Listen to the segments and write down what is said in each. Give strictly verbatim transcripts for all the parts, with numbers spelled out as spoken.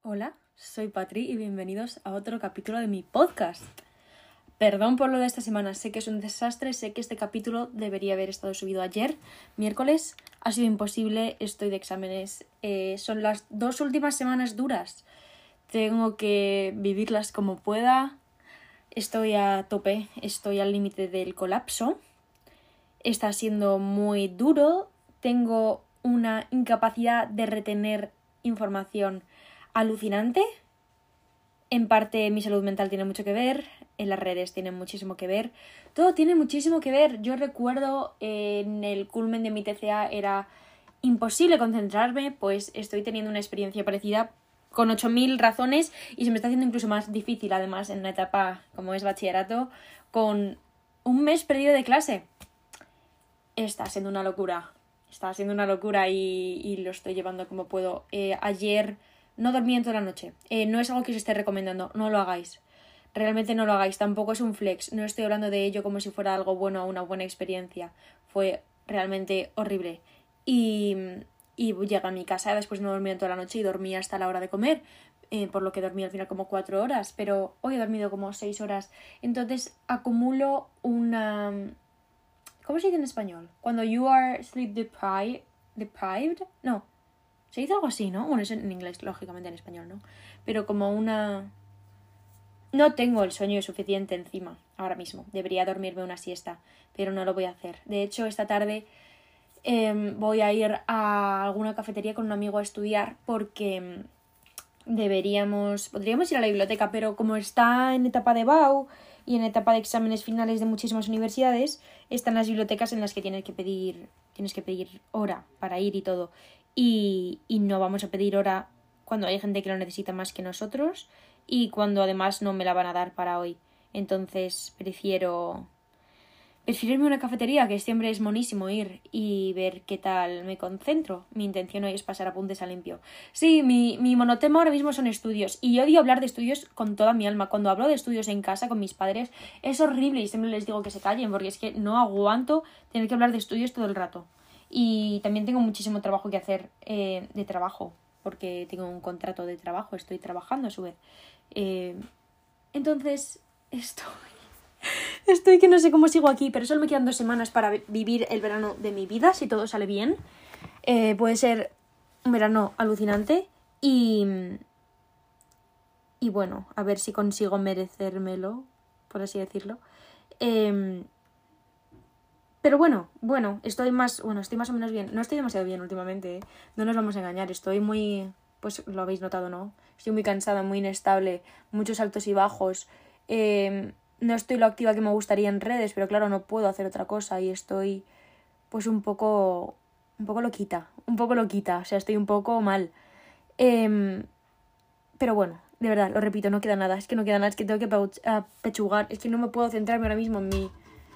Hola, soy Patri y bienvenidos a otro capítulo de mi podcast. Perdón por lo de esta semana, sé que es un desastre, sé que este capítulo debería haber estado subido ayer, miércoles. Ha sido imposible, estoy de exámenes. Eh, son las dos últimas semanas duras. Tengo que vivirlas como pueda. Estoy a tope, estoy al límite del colapso. Está siendo muy duro. Tengo una incapacidad de retener información alucinante. En parte mi salud mental tiene mucho que ver, en las redes tienen muchísimo que ver, todo tiene muchísimo que ver. Yo recuerdo eh, en el culmen de mi T C A era imposible concentrarme, pues estoy teniendo una experiencia parecida con ocho mil razones y se me está haciendo incluso más difícil, además en una etapa como es bachillerato, con un mes perdido de clase. Está siendo una locura, está siendo una locura y, y lo estoy llevando como puedo. Eh, ayer no dormí en toda la noche. Eh, no es algo que os esté recomendando, no lo hagáis. Realmente no lo hagáis, tampoco es un flex. No estoy hablando de ello como si fuera algo bueno o una buena experiencia. Fue realmente horrible. Y, y llegué a mi casa después no dormí en toda la noche y dormí hasta la hora de comer. Eh, por lo que dormí al final como cuatro horas, pero hoy he dormido como seis horas. Entonces acumulo una... ¿Cómo se dice en español? Cuando you are sleep deprived... ¿Deprived? No. Se dice algo así, ¿no? Bueno, es en inglés, lógicamente en español, ¿no? Pero como una... No tengo el sueño suficiente encima, ahora mismo. Debería dormirme una siesta, pero no lo voy a hacer. De hecho, esta tarde eh, voy a ir a alguna cafetería con un amigo a estudiar porque deberíamos... Podríamos ir a la biblioteca, pero como está en etapa de B A U y en etapa de exámenes finales de muchísimas universidades, están las bibliotecas en las que tienes que pedir, tienes que pedir hora para ir y todo. Y, y no vamos a pedir hora cuando hay gente que lo necesita más que nosotros y cuando además no me la van a dar para hoy. Entonces prefiero... Prefiero irme a una cafetería, que siempre es monísimo ir y ver qué tal me concentro. Mi intención hoy es pasar apuntes a limpio. Sí, mi, mi monotema ahora mismo son estudios. Y yo odio hablar de estudios con toda mi alma. Cuando hablo de estudios en casa con mis padres es horrible y siempre les digo que se callen porque es que no aguanto tener que hablar de estudios todo el rato. Y también tengo muchísimo trabajo que hacer eh, de trabajo, porque tengo un contrato de trabajo, estoy trabajando a su vez. Eh, entonces, estoy... Estoy que no sé cómo sigo aquí, pero solo me quedan dos semanas para vivir el verano de mi vida, si todo sale bien. Eh, puede ser un verano alucinante y... Y bueno, a ver si consigo merecérmelo, por así decirlo. Eh, pero bueno, bueno, estoy más... Bueno, estoy más o menos bien. No estoy demasiado bien últimamente, ¿eh? No nos vamos a engañar, estoy muy... Pues lo habéis notado, ¿no? Estoy muy cansada, muy inestable, muchos altos y bajos. Eh... No estoy lo activa que me gustaría en redes, pero claro, no puedo hacer otra cosa y estoy pues un poco un poco loquita, un poco loquita, o sea, estoy un poco mal. Eh, pero bueno, de verdad, lo repito, no queda nada, es que no queda nada, es que tengo que pechugar, es que no me puedo centrarme ahora mismo en mi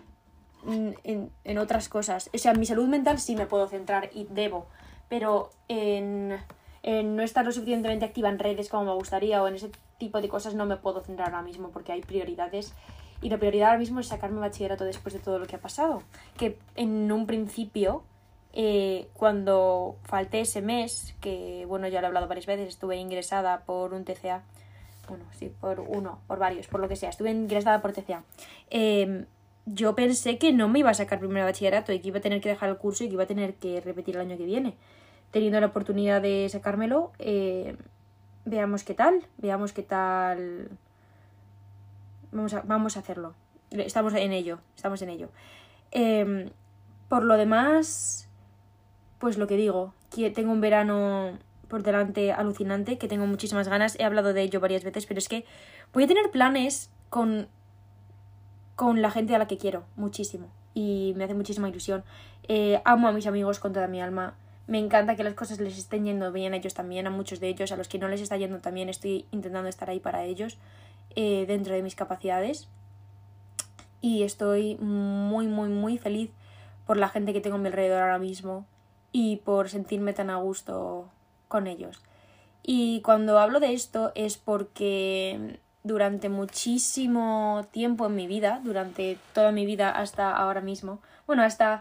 en, en otras cosas. O sea, en mi salud mental sí me puedo centrar y debo, pero en, en no estar lo suficientemente activa en redes como me gustaría o en ese tipo de cosas no me puedo centrar ahora mismo porque hay prioridades y la prioridad ahora mismo es sacarme bachillerato después de todo lo que ha pasado, que en un principio eh, cuando falté ese mes, que bueno, ya lo he hablado varias veces, estuve ingresada por un T C A, bueno, sí, por uno, por varios, por lo que sea, estuve ingresada por T C A. eh, yo pensé que no me iba a sacar primero de bachillerato y que iba a tener que dejar el curso y que iba a tener que repetir el año que viene. Teniendo la oportunidad de sacármelo, eh, veamos qué tal, veamos qué tal... Vamos a, vamos a hacerlo. Estamos en ello, estamos en ello. Eh, por lo demás, pues lo que digo, que tengo un verano por delante alucinante, que tengo muchísimas ganas. He hablado de ello varias veces, pero es que voy a tener planes con... con la gente a la que quiero muchísimo y me hace muchísima ilusión. Eh, amo a mis amigos con toda mi alma. Me encanta que las cosas les estén yendo bien a ellos también, a muchos de ellos, a los que no les está yendo también estoy intentando estar ahí para ellos eh, dentro de mis capacidades y estoy muy muy muy feliz por la gente que tengo a mi alrededor ahora mismo y por sentirme tan a gusto con ellos. Y cuando hablo de esto es porque durante muchísimo tiempo en mi vida, durante toda mi vida hasta ahora mismo, bueno, hasta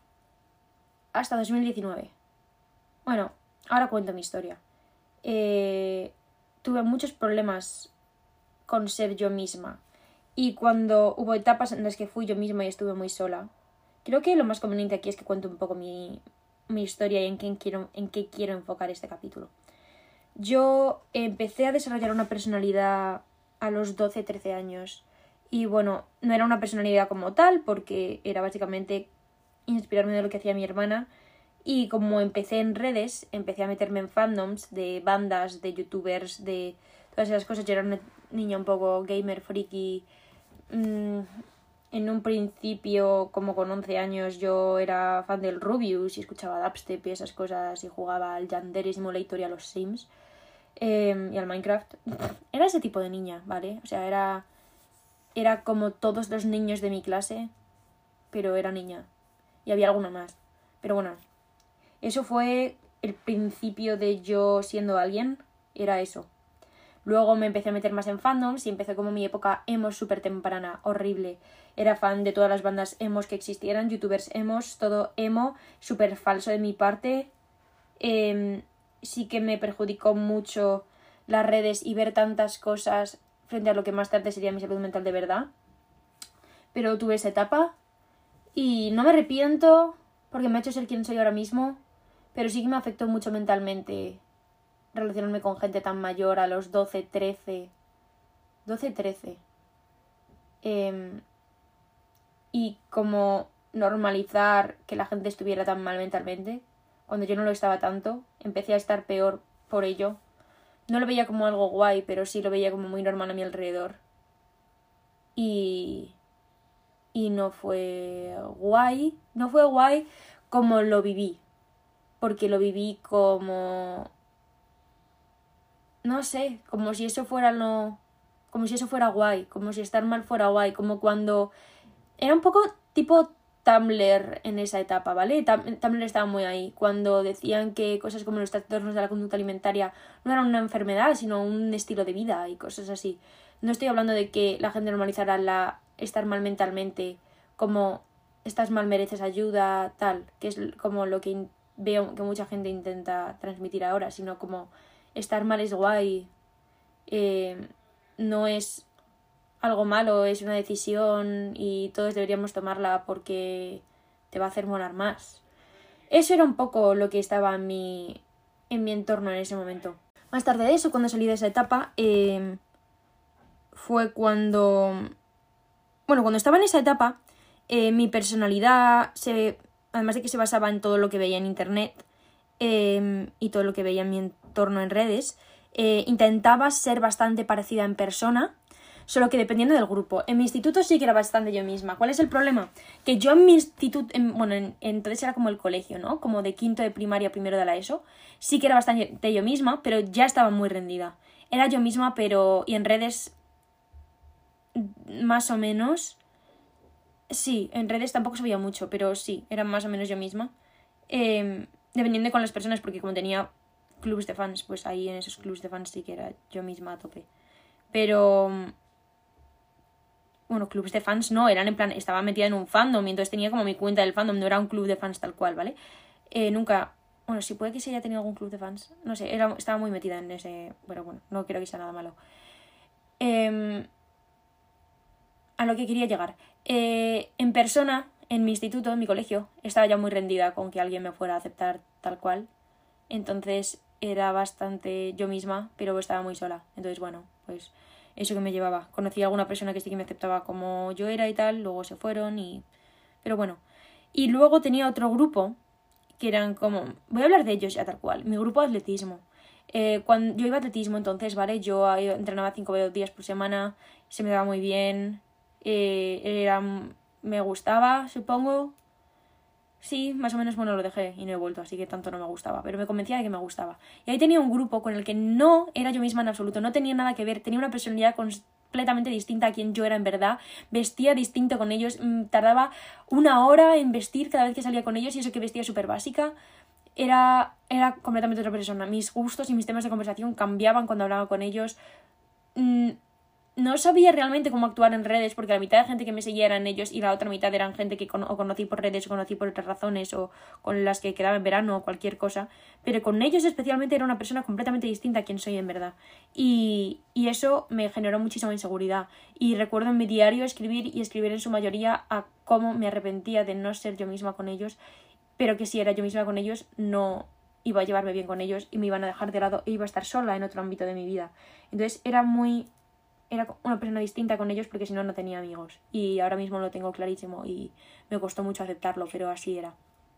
hasta dos mil diecinueve. Bueno, ahora cuento mi historia. Eh, tuve muchos problemas con ser yo misma. Y cuando hubo etapas en las que fui yo misma y estuve muy sola, creo que lo más conveniente aquí es que cuente un poco mi, mi historia y en qué, quiero, en qué quiero enfocar este capítulo. Yo empecé a desarrollar una personalidad a los doce trece años. Y bueno, no era una personalidad como tal, porque era básicamente inspirarme de lo que hacía mi hermana. Y como empecé en redes, empecé a meterme en fandoms de bandas, de youtubers, de todas esas cosas. Yo era una niña un poco gamer, friki. Mm, en un principio, como con once años, yo era fan del Rubius y escuchaba dubstep y esas cosas y jugaba al Yandere Simulator y a los Sims eh, y al Minecraft. Era ese tipo de niña, ¿vale? O sea, era... Era como todos los niños de mi clase, pero era niña. Y había alguna más. Pero bueno, eso fue el principio de yo siendo alguien. Era eso. Luego me empecé a meter más en fandoms y empecé como mi época emo súper temprana, horrible. Era fan de todas las bandas emos que existieran, youtubers emos, todo emo, súper falso de mi parte. Eh, sí que me perjudicó mucho las redes y ver tantas cosas frente a lo que más tarde sería mi salud mental de verdad. Pero tuve esa etapa y no me arrepiento porque me ha hecho ser quien soy ahora mismo, pero sí que me afectó mucho mentalmente relacionarme con gente tan mayor a los doce, trece. doce, trece. Eh, y como normalizar que la gente estuviera tan mal mentalmente, cuando yo no lo estaba tanto, empecé a estar peor por ello. No lo veía como algo guay, pero sí lo veía como muy normal a mi alrededor. Y... Y no fue guay. No fue guay como lo viví. Porque lo viví como... No sé, como si eso fuera lo... Como si eso fuera guay. Como si estar mal fuera guay. Como cuando... Era un poco tipo Tumblr en esa etapa, ¿vale? Tumblr estaba muy ahí. Cuando decían que cosas como los trastornos de la conducta alimentaria no eran una enfermedad, sino un estilo de vida y cosas así. No estoy hablando de que la gente normalizara la estar mal mentalmente, como estás mal, mereces ayuda, tal, que es como lo que veo que mucha gente intenta transmitir ahora, sino como estar mal es guay, eh, no es algo malo, es una decisión y todos deberíamos tomarla porque te va a hacer molar más. Eso era un poco lo que estaba en mi, en mi entorno en ese momento. Más tarde de eso, cuando salí de esa etapa, eh, fue cuando... Bueno, cuando estaba en esa etapa, eh, mi personalidad, se, además de que se basaba en todo lo que veía en internet eh, y todo lo que veía en mi entorno en redes, eh, intentaba ser bastante parecida en persona, solo que dependiendo del grupo. En mi instituto sí que era bastante yo misma. ¿Cuál es el problema? Que yo en mi instituto, en, bueno, en, entonces era como el colegio, ¿no? Como de quinto de primaria, primero de la ESO. Sí que era bastante yo misma, pero ya estaba muy rendida. Era yo misma, pero... Y en redes... Más o menos... Sí, en redes tampoco sabía mucho, pero sí, era más o menos yo misma. Eh, dependiendo con las personas, porque como tenía clubs de fans, pues ahí en esos clubs de fans sí que era yo misma a tope. Pero... Bueno, clubs de fans no, eran en plan, estaba metida en un fandom y entonces tenía como mi cuenta del fandom, no era un club de fans tal cual, ¿vale? Eh, nunca, bueno, sí puede que se haya tenido algún club de fans, no sé, era, estaba muy metida en ese, pero bueno, no creo que sea nada malo. Eh, a lo que quería llegar, eh, en persona, en mi instituto, en mi colegio, estaba ya muy rendida con que alguien me fuera a aceptar tal cual, entonces era bastante yo misma, pero estaba muy sola, entonces bueno, pues... Eso que me llevaba. Conocí a alguna persona que sí que me aceptaba como yo era y tal, luego se fueron y... Pero bueno. Y luego tenía otro grupo que eran como... Voy a hablar de ellos ya tal cual. Mi grupo de atletismo. Eh, cuando yo iba a atletismo entonces, ¿vale? Yo entrenaba cinco días por semana, se me daba muy bien, eh, era... me gustaba, supongo. Sí, más o menos, bueno, lo dejé y no he vuelto, así que tanto no me gustaba, pero me convencía de que me gustaba. Y ahí tenía un grupo con el que no era yo misma en absoluto, no tenía nada que ver, tenía una personalidad completamente distinta a quien yo era en verdad, vestía distinto con ellos, tardaba una hora en vestir cada vez que salía con ellos y eso que vestía súper básica, era, era completamente otra persona. Mis gustos y mis temas de conversación cambiaban cuando hablaba con ellos. no sabía realmente cómo actuar en redes, porque la mitad de gente que me seguía eran ellos y la otra mitad eran gente que con- o conocí por redes o conocí por otras razones o con las que quedaba en verano o cualquier cosa. Pero con ellos especialmente era una persona completamente distinta a quien soy en verdad. Y, y eso me generó muchísima inseguridad. Y recuerdo en mi diario escribir y escribir en su mayoría a cómo me arrepentía de no ser yo misma con ellos, pero que si era yo misma con ellos no iba a llevarme bien con ellos y me iban a dejar de lado e iba a estar sola en otro ámbito de mi vida. Entonces era muy... era una persona distinta con ellos porque si no, no tenía amigos. Y ahora mismo lo tengo clarísimo y me costó mucho aceptarlo, pero así era.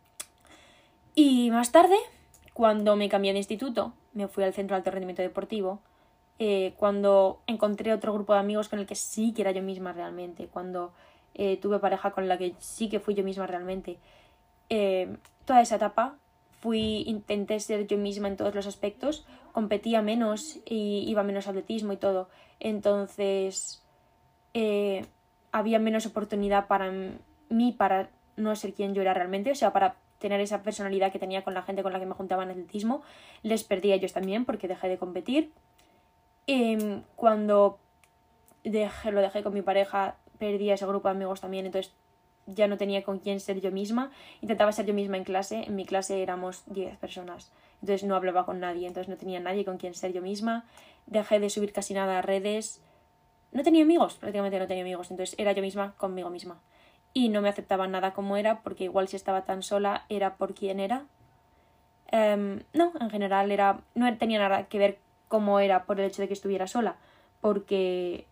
Y más tarde, cuando me cambié de instituto, me fui al centro de alto rendimiento deportivo, eh, cuando encontré otro grupo de amigos con el que sí que era yo misma realmente, cuando eh, tuve pareja con la que sí que fui yo misma realmente, eh, toda esa etapa fui intenté ser yo misma en todos los aspectos, competía menos y iba menos atletismo y todo, entonces eh, había menos oportunidad para mí para no ser quien yo era realmente, o sea, para tener esa personalidad que tenía con la gente con la que me juntaba en atletismo. Les perdí a ellos también porque dejé de competir. Eh, cuando dejé, lo dejé con mi pareja, perdí a ese grupo de amigos también, entonces ya no tenía con quién ser yo misma. Intentaba ser yo misma en clase, en mi clase éramos diez personas, entonces no hablaba con nadie, entonces no tenía nadie con quien ser yo misma. Dejé de subir casi nada a redes, no tenía amigos, prácticamente no tenía amigos, entonces era yo misma conmigo misma. Y no me aceptaba nada como era, porque igual si estaba tan sola era por quién era. Um, no, en general era no tenía nada que ver cómo era por el hecho de que estuviera sola, porque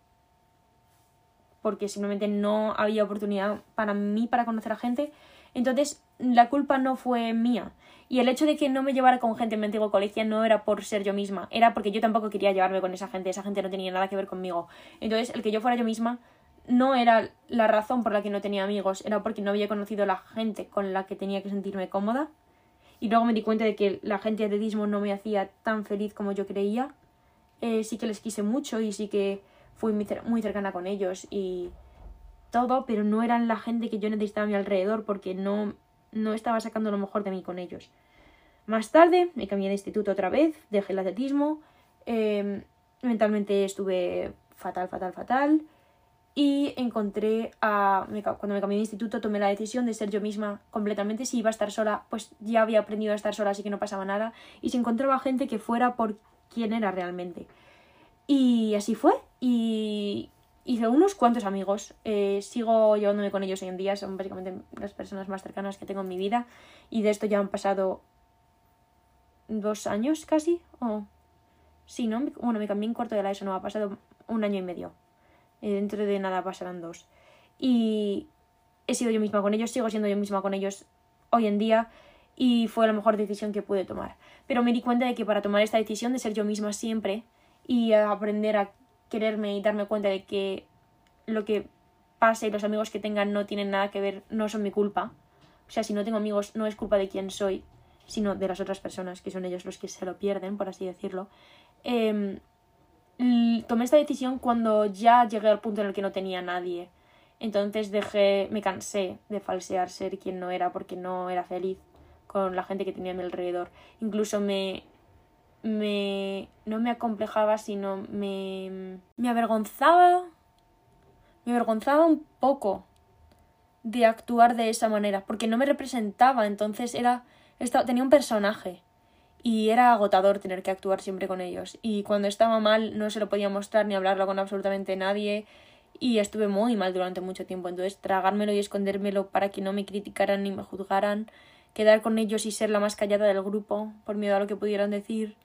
porque simplemente no había oportunidad para mí para conocer a gente. Entonces la culpa no fue mía. Y el hecho de que no me llevara con gente en mi antiguo colegio no era por ser yo misma, era porque yo tampoco quería llevarme con esa gente, esa gente no tenía nada que ver conmigo. Entonces el que yo fuera yo misma no era la razón por la que no tenía amigos, era porque no había conocido a la gente con la que tenía que sentirme cómoda. Y luego me di cuenta de que la gente de atletismo no me hacía tan feliz como yo creía. Eh, sí que les quise mucho y sí que fui muy, cer- muy cercana con ellos y todo, pero no eran la gente que yo necesitaba a mi alrededor porque no, no estaba sacando lo mejor de mí con ellos. Más tarde me cambié de instituto otra vez, dejé el atletismo, eh, mentalmente estuve fatal, fatal, fatal y encontré a... Cuando me cambié de instituto tomé la decisión de ser yo misma completamente. Si iba a estar sola, pues ya había aprendido a estar sola, así que no pasaba nada. Y si encontraba gente que fuera por quien era realmente. Y así fue. Y hice unos cuantos amigos. Eh, sigo llevándome con ellos hoy en día. Son básicamente las personas más cercanas que tengo en mi vida. Y de esto ya han pasado dos años casi. Oh, sí, ¿no? Bueno, me cambié en cuarto de la ESO. No, ha pasado un año y medio. Eh, dentro de nada pasarán dos. Y he sido yo misma con ellos. Sigo siendo yo misma con ellos hoy en día. Y fue la mejor decisión que pude tomar. Pero me di cuenta de que para tomar esta decisión de ser yo misma siempre y a aprender a quererme y darme cuenta de que lo que pase y los amigos que tengan no tienen nada que ver, no son mi culpa. O sea, si no tengo amigos no es culpa de quién soy, sino de las otras personas, que son ellos los que se lo pierden, por así decirlo. Eh, tomé esta decisión cuando ya llegué al punto en el que no tenía nadie. Entonces dejé, me cansé de falsear ser quien no era porque no era feliz con la gente que tenía a mi alrededor. Incluso me... me no me acomplejaba, sino me, me avergonzaba, me avergonzaba un poco de actuar de esa manera, porque no me representaba, entonces era, estaba, tenía un personaje y era agotador tener que actuar siempre con ellos. Y cuando estaba mal no se lo podía mostrar ni hablarlo con absolutamente nadie y estuve muy mal durante mucho tiempo, entonces tragármelo y escondérmelo para que no me criticaran ni me juzgaran, quedar con ellos y ser la más callada del grupo por miedo a lo que pudieran decir.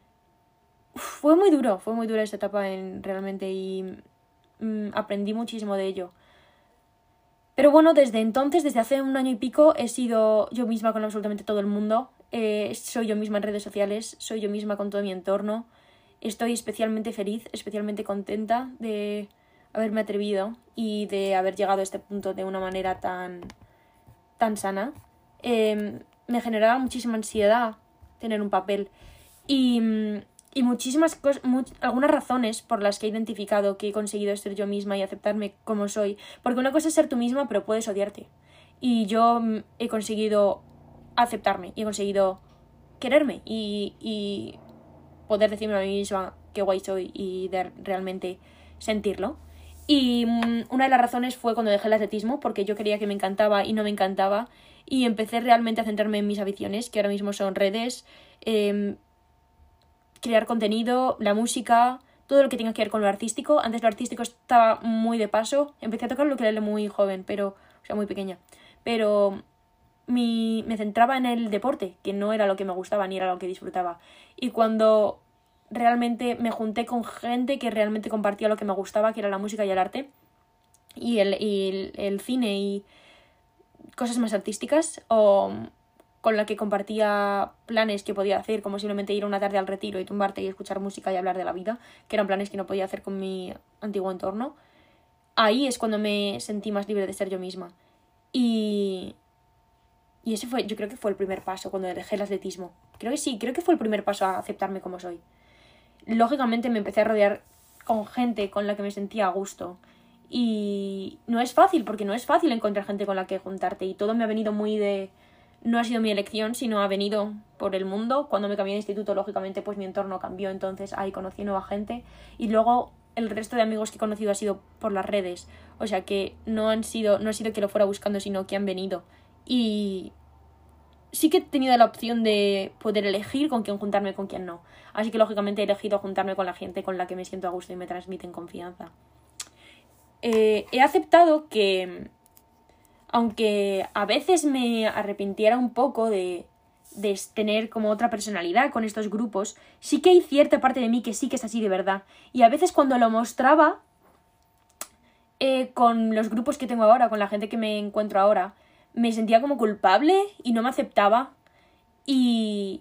Fue muy duro, fue muy dura esta etapa en, realmente y mm, aprendí muchísimo de ello. Pero bueno, desde entonces, desde hace un año y pico, he sido yo misma con absolutamente todo el mundo. Eh, soy yo misma en redes sociales, soy yo misma con todo mi entorno. Estoy especialmente feliz, especialmente contenta de haberme atrevido y de haber llegado a este punto de una manera tan, tan sana. Eh, me generaba muchísima ansiedad tener un papel y... Y muchísimas cosas, much- algunas razones por las que he identificado que he conseguido ser yo misma y aceptarme como soy. Porque una cosa es ser tú misma, pero puedes odiarte. Y yo mm, he conseguido aceptarme y he conseguido quererme y, y poder decirme a mí misma qué guay soy y de realmente sentirlo. Y um, una de las razones fue cuando dejé el atletismo, porque yo quería que me encantaba y no me encantaba, y empecé realmente a centrarme en mis aficiones, que ahora mismo son redes, eh, crear contenido, la música, todo lo que tenga que ver con lo artístico. Antes lo artístico estaba muy de paso, empecé a tocar lo que era muy joven, pero, o sea, muy pequeña, pero mi, me centraba en el deporte, que no era lo que me gustaba ni era lo que disfrutaba. Y cuando realmente me junté con gente que realmente compartía lo que me gustaba, que era la música y el arte, y el, y el, el cine y cosas más artísticas, o con la que compartía planes que podía hacer, como simplemente ir una tarde al retiro y tumbarte y escuchar música y hablar de la vida, que eran planes que no podía hacer con mi antiguo entorno, ahí es cuando me sentí más libre de ser yo misma. Y, y ese fue, yo creo que fue el primer paso cuando dejé el atletismo. Creo que sí, creo que fue el primer paso a aceptarme como soy. Lógicamente me empecé a rodear con gente con la que me sentía a gusto. Y no es fácil, porque no es fácil encontrar gente con la que juntarte. Y todo me ha venido muy de... No ha sido mi elección, sino ha venido por el mundo. Cuando me cambié de instituto, lógicamente, pues mi entorno cambió. Entonces ahí conocí nueva gente. Y luego el resto de amigos que he conocido ha sido por las redes. O sea que no han sido, no ha sido que lo fuera buscando, sino que han venido. Y sí que he tenido la opción de poder elegir con quién juntarme y con quién no. Así que lógicamente he elegido juntarme con la gente con la que me siento a gusto y me transmiten confianza. Eh, he aceptado que, aunque a veces me arrepintiera un poco de, de tener como otra personalidad con estos grupos, sí que hay cierta parte de mí que sí que es así de verdad. Y a veces cuando lo mostraba eh, con los grupos que tengo ahora, con la gente que me encuentro ahora, me sentía como culpable y no me aceptaba. Y,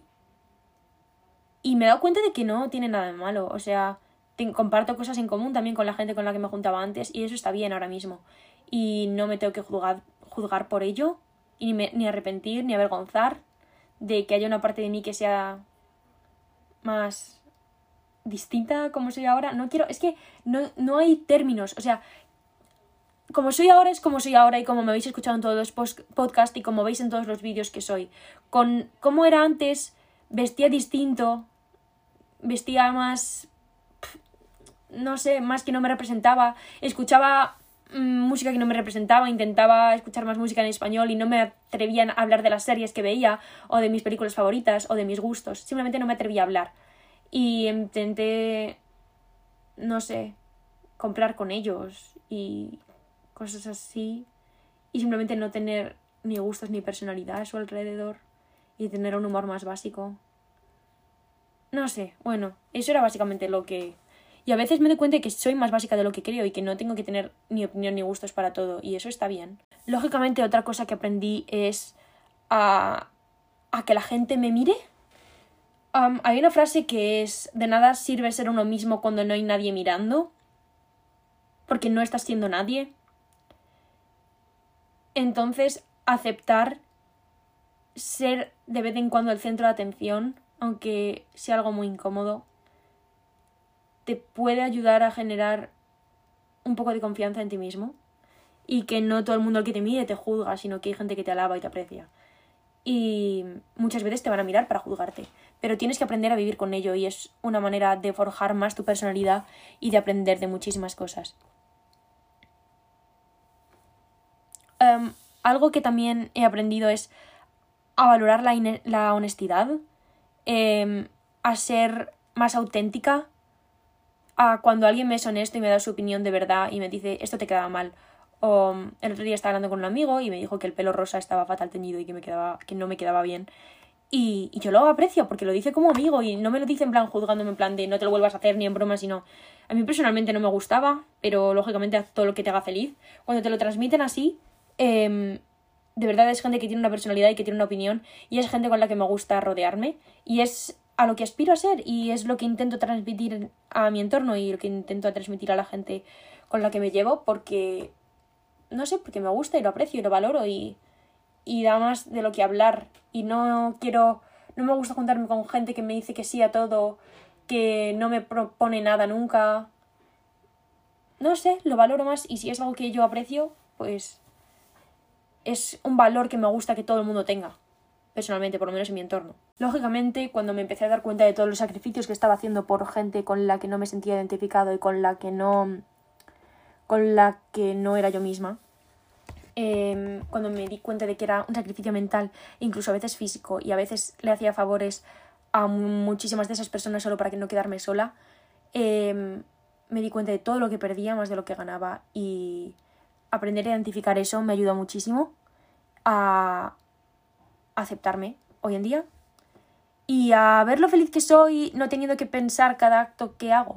y me he dado cuenta de que no tiene nada de malo. O sea, te, comparto cosas en común también con la gente con la que me juntaba antes y eso está bien ahora mismo. Y no me tengo que juzgar, juzgar por ello, y ni, me, ni arrepentir, ni avergonzar de que haya una parte de mí que sea más distinta como soy ahora. No quiero, es que no, no hay términos, o sea, como soy ahora es como soy ahora y como me habéis escuchado en todos los post- podcasts y como veis en todos los vídeos que soy. Con cómo era antes, vestía distinto, vestía más, no sé, más que no me representaba, escuchaba mmm, música que no me representaba, intentaba escuchar más música en español y no me atrevía a hablar de las series que veía o de mis películas favoritas o de mis gustos, simplemente no me atrevía a hablar y intenté, no sé, comprar con ellos y cosas así y simplemente no tener ni gustos ni personalidad a su alrededor y tener un humor más básico. No sé, bueno, eso era básicamente lo que... Y a veces me doy cuenta de que soy más básica de lo que creo y que no tengo que tener ni opinión ni gustos para todo, y eso está bien. Lógicamente, otra cosa que aprendí es a, a que la gente me mire. Um, hay una frase que es: de nada sirve ser uno mismo cuando no hay nadie mirando, porque no estás siendo nadie. Entonces, aceptar ser de vez en cuando el centro de atención, aunque sea algo muy incómodo, te puede ayudar a generar un poco de confianza en ti mismo y que no todo el mundo al que te mire te juzga, sino que hay gente que te alaba y te aprecia. Y muchas veces te van a mirar para juzgarte, pero tienes que aprender a vivir con ello y es una manera de forjar más tu personalidad y de aprender de muchísimas cosas. Um, algo que también he aprendido es a valorar la, ine- la honestidad, eh, a ser más auténtica, a cuando alguien me es honesto y me da su opinión de verdad y me dice esto te quedaba mal. O el otro día estaba hablando con un amigo y me dijo que el pelo rosa estaba fatal teñido y que, me quedaba, que no me quedaba bien. Y, y yo lo aprecio porque lo dice como amigo y no me lo dice en plan juzgándome en plan de no te lo vuelvas a hacer ni en broma, sino... A mí personalmente no me gustaba, pero lógicamente haz todo lo que te haga feliz. Cuando te lo transmiten así, eh, de verdad es gente que tiene una personalidad y que tiene una opinión y es gente con la que me gusta rodearme y es a lo que aspiro a ser y es lo que intento transmitir a mi entorno y lo que intento transmitir a la gente con la que me llevo porque, no sé, porque me gusta y lo aprecio y lo valoro y, y da más de lo que hablar y no quiero, no me gusta juntarme con gente que me dice que sí a todo, que no me propone nada nunca, no sé, lo valoro más y si es algo que yo aprecio, pues es un valor que me gusta que todo el mundo tenga. Personalmente, por lo menos en mi entorno. Lógicamente, cuando me empecé a dar cuenta de todos los sacrificios que estaba haciendo por gente con la que no me sentía identificado y con la que no con la que no era yo misma. Eh, cuando me di cuenta de que era un sacrificio mental, incluso a veces físico, y a veces le hacía favores a muchísimas de esas personas solo para que no quedarme sola, eh, me di cuenta de todo lo que perdía más de lo que ganaba, y aprender a identificar eso me ayudó muchísimo a aceptarme hoy en día y a ver lo feliz que soy no teniendo que pensar cada acto que hago,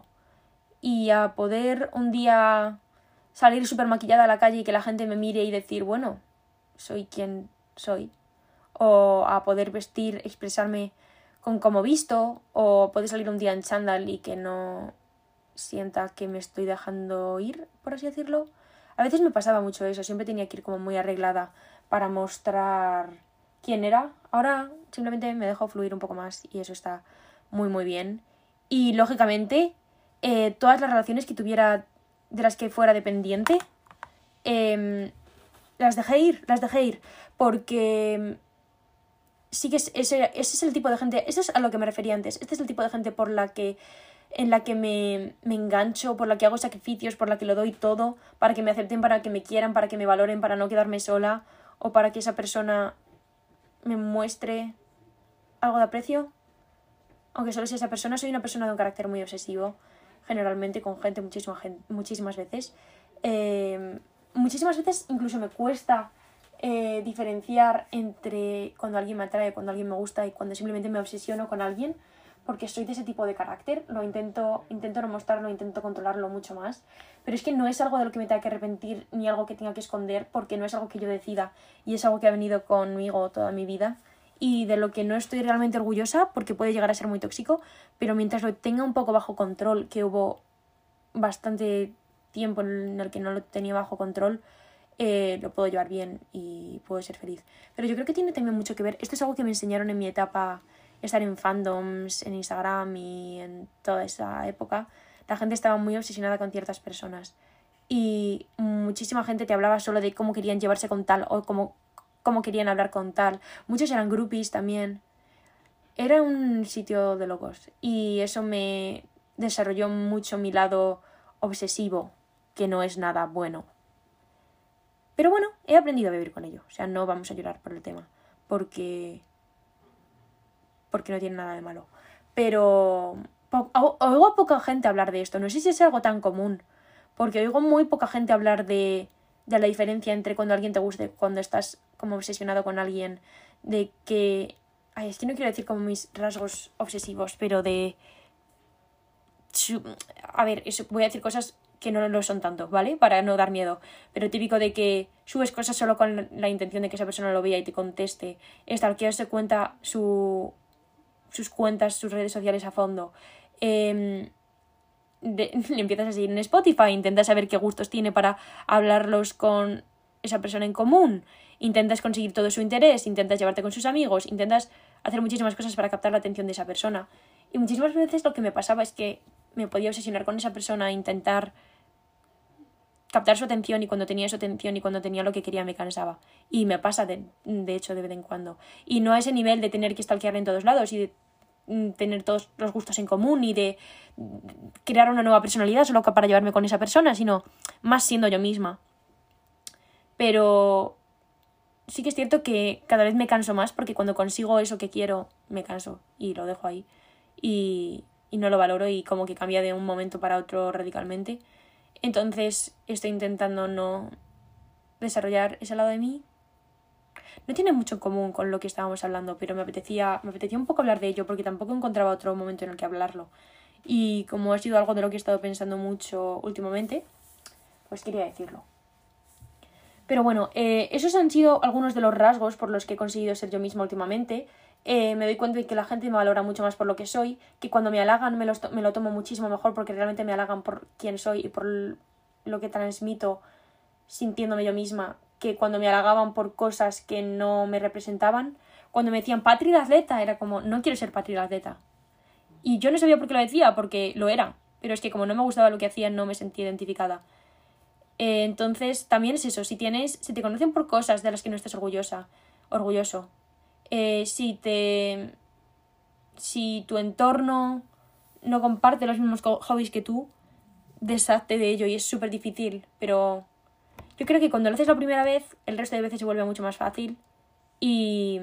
y a poder un día salir súper maquillada a la calle y que la gente me mire y decir, bueno, soy quien soy. O a poder vestir, expresarme con cómo visto, o poder salir un día en chándal y que no sienta que me estoy dejando ir, por así decirlo. A veces me pasaba mucho eso, siempre tenía que ir como muy arreglada para mostrar quién era. Ahora simplemente me dejo fluir un poco más y eso está muy muy bien. Y lógicamente, eh, todas las relaciones que tuviera de las que fuera dependiente, eh, las dejé ir, las dejé ir, porque sí que es, ese, ese es el tipo de gente, eso es a lo que me refería antes, este es el tipo de gente por la que, en la que me, me engancho, por la que hago sacrificios, por la que lo doy todo, para que me acepten, para que me quieran, para que me valoren, para no quedarme sola, o para que esa persona me muestre algo de aprecio. Aunque solo sea esa persona, soy una persona de un carácter muy obsesivo, generalmente con gente muchísima, muchísimas veces. Eh, muchísimas veces incluso me cuesta eh, diferenciar entre cuando alguien me atrae, cuando alguien me gusta y cuando simplemente me obsesiono con alguien, porque soy de ese tipo de carácter. Lo intento, intento no mostrarlo, intento controlarlo mucho más, pero es que no es algo de lo que me tenga que arrepentir ni algo que tenga que esconder, porque no es algo que yo decida y es algo que ha venido conmigo toda mi vida y de lo que no estoy realmente orgullosa, porque puede llegar a ser muy tóxico, pero mientras lo tenga un poco bajo control, que hubo bastante tiempo en el que no lo tenía bajo control, eh, lo puedo llevar bien y puedo ser feliz. Pero yo creo que tiene también mucho que ver, esto es algo que me enseñaron en mi etapa, estar en fandoms, en Instagram y en toda esa época. La gente estaba muy obsesionada con ciertas personas y muchísima gente te hablaba solo de cómo querían llevarse con tal o cómo cómo querían hablar con tal. Muchos eran groupies también. Era un sitio de locos y eso me desarrolló mucho mi lado obsesivo, que no es nada bueno. Pero bueno, he aprendido a vivir con ello. O sea, no vamos a llorar por el tema, porque porque no tiene nada de malo. Pero po- oigo a poca gente hablar de esto. No sé si es algo tan común, porque oigo muy poca gente hablar de de la diferencia entre cuando alguien te guste, cuando estás como obsesionado con alguien, de que... Ay, es que no quiero decir como mis rasgos obsesivos, pero de... A ver, eso, voy a decir cosas que no lo son tanto, ¿vale? Para no dar miedo. Pero típico de que subes cosas solo con la intención de que esa persona lo vea y te conteste. Stalkearse cuenta su, sus cuentas, sus redes sociales a fondo. Eh... De, le empiezas a seguir en Spotify, intentas saber qué gustos tiene para hablarlos con esa persona en común, intentas conseguir todo su interés, intentas llevarte con sus amigos, intentas hacer muchísimas cosas para captar la atención de esa persona. Y muchísimas veces lo que me pasaba es que me podía obsesionar con esa persona, intentar captar su atención, y cuando tenía su atención y cuando tenía lo que quería me cansaba. Y me pasa de, de hecho de vez en cuando. Y no a ese nivel de tener que stalkearle en todos lados y de tener todos los gustos en común y de crear una nueva personalidad solo para llevarme con esa persona, sino más siendo yo misma. Pero sí que es cierto que cada vez me canso más, porque cuando consigo eso que quiero me canso y lo dejo ahí y, y no lo valoro, y como que cambia de un momento para otro radicalmente. Entonces estoy intentando no desarrollar ese lado de mí. No tiene mucho en común con lo que estábamos hablando, pero me apetecía, me apetecía un poco hablar de ello, porque tampoco encontraba otro momento en el que hablarlo. Y como ha sido algo de lo que he estado pensando mucho últimamente, pues quería decirlo. Pero bueno, eh, esos han sido algunos de los rasgos por los que he conseguido ser yo misma últimamente. Eh, me doy cuenta de que la gente me valora mucho más por lo que soy, que cuando me halagan me lo, me lo tomo muchísimo mejor, porque realmente me halagan por quién soy y por lo que transmito sintiéndome yo misma, que cuando me halagaban por cosas que no me representaban. Cuando me decían Patri la atleta, era como, no quiero ser Patri la atleta. Y yo no sabía por qué lo decía, porque lo era, pero es que como no me gustaba lo que hacía, no me sentía identificada. Eh, entonces también es eso, si tienes, si te conocen por cosas de las que no estés orgullosa, orgulloso, eh, si te si tu entorno no comparte los mismos hobbies que tú, deshazte de ello y es súper difícil, pero yo creo que cuando lo haces la primera vez, el resto de veces se vuelve mucho más fácil y...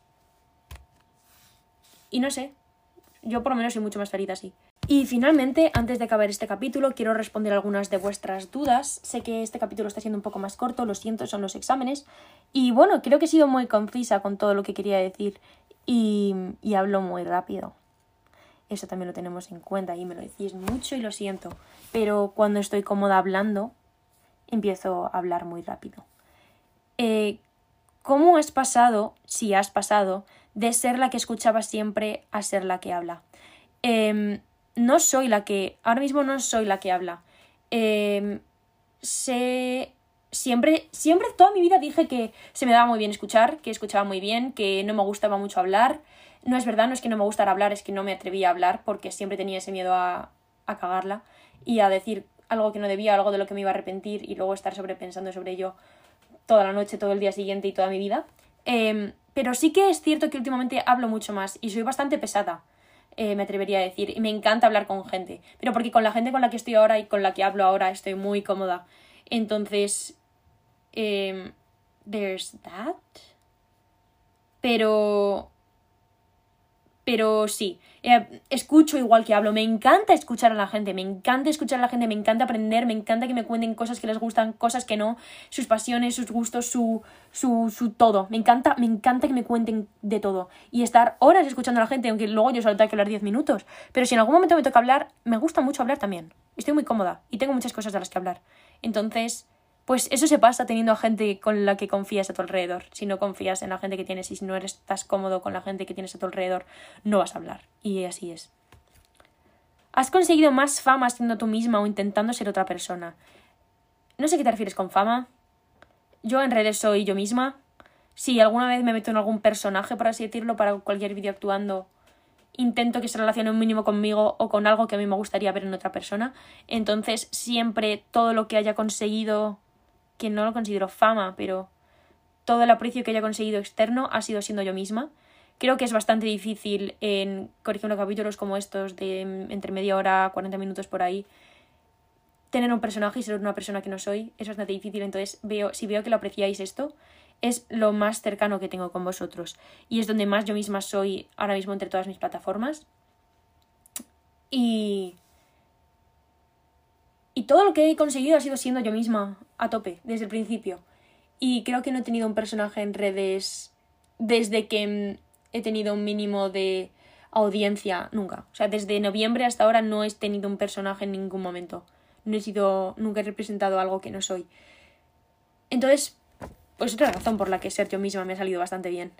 y no sé, yo por lo menos soy mucho más feliz así. Y finalmente, antes de acabar este capítulo, quiero responder algunas de vuestras dudas. Sé que este capítulo está siendo un poco más corto, lo siento, son los exámenes. Y bueno, creo que he sido muy concisa con todo lo que quería decir y, y hablo muy rápido. Eso también lo tenemos en cuenta y me lo decís mucho y lo siento. Pero cuando estoy cómoda hablando, empiezo a hablar muy rápido. Eh, ¿Cómo has pasado, si has pasado, de ser la que escuchaba siempre a ser la que habla? Eh, no soy la que... Ahora mismo no soy la que habla. Eh, sé... Siempre, siempre, toda mi vida dije que se me daba muy bien escuchar, que escuchaba muy bien, que no me gustaba mucho hablar. No es verdad, no es que no me gustara hablar, es que no me atrevía a hablar porque siempre tenía ese miedo a, a cagarla y a decir algo que no debía, algo de lo que me iba a arrepentir y luego estar sobrepensando sobre ello toda la noche, todo el día siguiente y toda mi vida. Eh, pero sí que es cierto que últimamente hablo mucho más y soy bastante pesada. Eh, me atrevería a decir, y me encanta hablar con gente, pero porque con la gente con la que estoy ahora y con la que hablo ahora estoy muy cómoda. Entonces, eh, there's that. Pero, pero sí, eh, escucho igual que hablo, me encanta escuchar a la gente, me encanta escuchar a la gente, me encanta aprender, me encanta que me cuenten cosas que les gustan, cosas que no, sus pasiones, sus gustos, su, su, su todo, me encanta, me encanta que me cuenten de todo y estar horas escuchando a la gente, aunque luego yo solo tengo que hablar diez minutos, pero si en algún momento me toca hablar, me gusta mucho hablar también, estoy muy cómoda y tengo muchas cosas de las que hablar, entonces... Pues eso se pasa teniendo a gente con la que confías a tu alrededor. Si no confías en la gente que tienes y si no eres, estás cómodo con la gente que tienes a tu alrededor, no vas a hablar. Y así es. ¿Has conseguido más fama siendo tú misma o intentando ser otra persona? No sé qué te refieres con fama. Yo en redes soy yo misma. Si alguna vez me meto en algún personaje, por así decirlo, para cualquier vídeo actuando, intento que se relacione un mínimo conmigo o con algo que a mí me gustaría ver en otra persona. Entonces siempre todo lo que haya conseguido... que no lo considero fama, pero todo el aprecio que haya conseguido externo ha sido siendo yo misma. Creo que es bastante difícil en corrigiendo capítulos como estos de entre media hora, cuarenta minutos por ahí, tener un personaje y ser una persona que no soy. Es bastante difícil, entonces veo, si veo que lo apreciáis esto, es lo más cercano que tengo con vosotros. Y es donde más yo misma soy ahora mismo entre todas mis plataformas. Y... Y todo lo que he conseguido ha sido siendo yo misma a tope, desde el principio. Y creo que no he tenido un personaje en redes desde que he tenido un mínimo de audiencia, nunca. O sea, desde noviembre hasta ahora no he tenido un personaje en ningún momento. No he sido, nunca he representado algo que no soy. Entonces, pues otra razón por la que ser yo misma me ha salido bastante bien.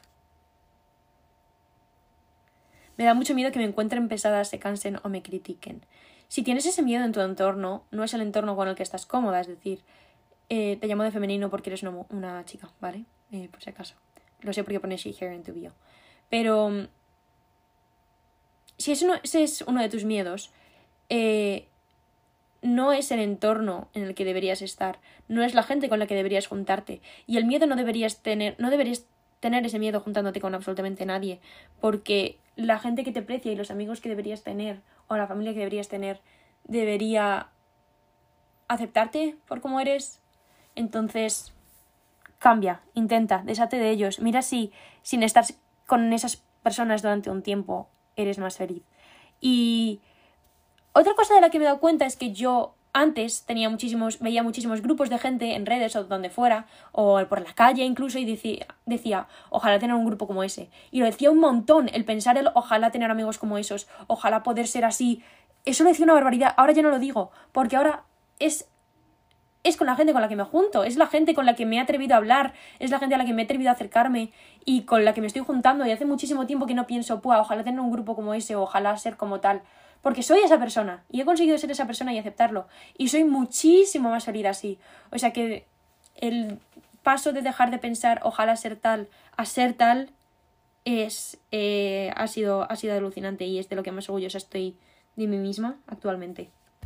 Me da mucho miedo que me encuentren pesada, se cansen o me critiquen. Si tienes ese miedo en tu entorno, no es el entorno con el que estás cómoda, es decir, eh, te llamo de femenino porque eres una, una chica, ¿vale? Eh, por si acaso. Lo sé porque pone she, her en tu bio. Pero si ese, no, ese es uno de tus miedos, eh, no es el entorno en el que deberías estar, no es la gente con la que deberías juntarte. Y el miedo no deberías tener, no deberías tener ese miedo juntándote con absolutamente nadie, porque la gente que te aprecia y los amigos que deberías tener o la familia que deberías tener debería aceptarte por cómo eres. Entonces, cambia, intenta, deshate de ellos. Mira si sin estar con esas personas durante un tiempo eres más feliz. Y otra cosa de la que me he dado cuenta es que yo antes tenía muchísimos, veía muchísimos grupos de gente en redes o donde fuera, o por la calle incluso, y decía, decía, ojalá tener un grupo como ese. Y lo decía un montón, el pensar el ojalá tener amigos como esos, ojalá poder ser así. Eso lo decía una barbaridad, ahora ya no lo digo, porque ahora es, es con la gente con la que me junto, es la gente con la que me he atrevido a hablar, es la gente a la que me he atrevido a acercarme y con la que me estoy juntando, y hace muchísimo tiempo que no pienso, pues ojalá tener un grupo como ese, o ojalá ser como tal. Porque soy esa persona y he conseguido ser esa persona y aceptarlo. Y soy muchísimo más feliz así. O sea que el paso de dejar de pensar ojalá ser tal a ser tal es eh, ha sido, ha sido alucinante y es de lo que más orgullosa estoy de mí misma actualmente.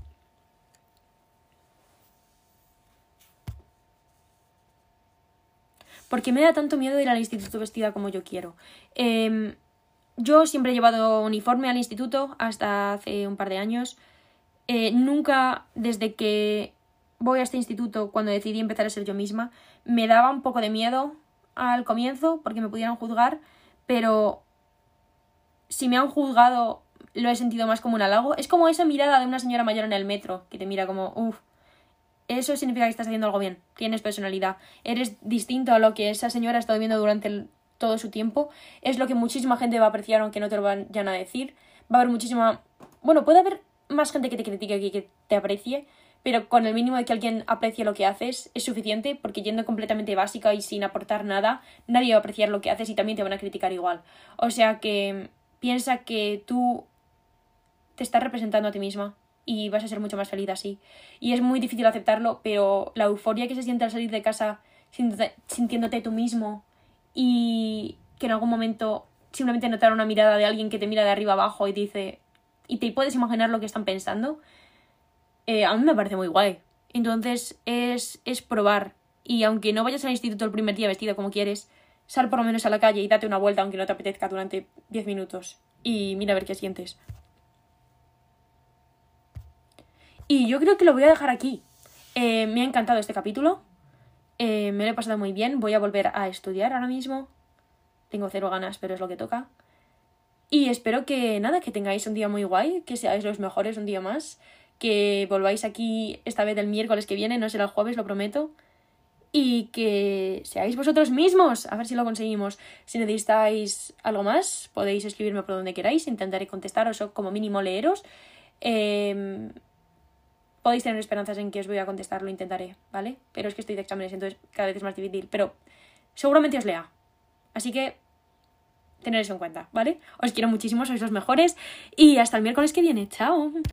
¿Por qué me da tanto miedo ir al instituto vestida como yo quiero? Eh... Yo siempre he llevado uniforme al instituto hasta hace un par de años. Eh, nunca, desde que voy a este instituto, cuando decidí empezar a ser yo misma, me daba un poco de miedo al comienzo porque me pudieran juzgar, pero si me han juzgado lo he sentido más como un halago. Es como esa mirada de una señora mayor en el metro que te mira como, uff, eso significa que estás haciendo algo bien, tienes personalidad, eres distinto a lo que esa señora ha estado viendo durante el, todo su tiempo. Es lo que muchísima gente va a apreciar aunque no te lo vayan a decir. Va a haber muchísima... Bueno, puede haber más gente que te critique que que te aprecie, pero con el mínimo de que alguien aprecie lo que haces es suficiente, porque yendo completamente básica y sin aportar nada, nadie va a apreciar lo que haces y también te van a criticar igual. O sea que piensa que tú te estás representando a ti misma y vas a ser mucho más feliz así. Y es muy difícil aceptarlo, pero la euforia que se siente al salir de casa sintiéndote, sintiéndote tú mismo y que en algún momento simplemente notar una mirada de alguien que te mira de arriba abajo y te dice... y te puedes imaginar lo que están pensando, eh, a mí me parece muy guay. Entonces es, es probar. Y aunque no vayas al instituto el primer día vestida como quieres, sal por lo menos a la calle y date una vuelta aunque no te apetezca durante diez minutos. Y mira a ver qué sientes. Y yo creo que lo voy a dejar aquí. Eh, me ha encantado este capítulo. Eh, me lo he pasado muy bien. Voy a volver a estudiar ahora mismo. Tengo cero ganas, pero es lo que toca. Y espero que, nada, que tengáis un día muy guay, que seáis los mejores un día más, que volváis aquí esta vez el miércoles que viene, no será el jueves, lo prometo, y que seáis vosotros mismos, a ver si lo conseguimos. Si necesitáis algo más, podéis escribirme por donde queráis, intentaré contestaros o como mínimo leeros. Eh, podéis tener esperanzas en que os voy a contestar, lo intentaré, ¿vale? Pero es que estoy de exámenes, entonces cada vez es más difícil, pero seguramente os lea. Así que tener eso en cuenta, ¿vale? Os quiero muchísimo, sois los mejores y hasta el miércoles que viene. ¡Chao!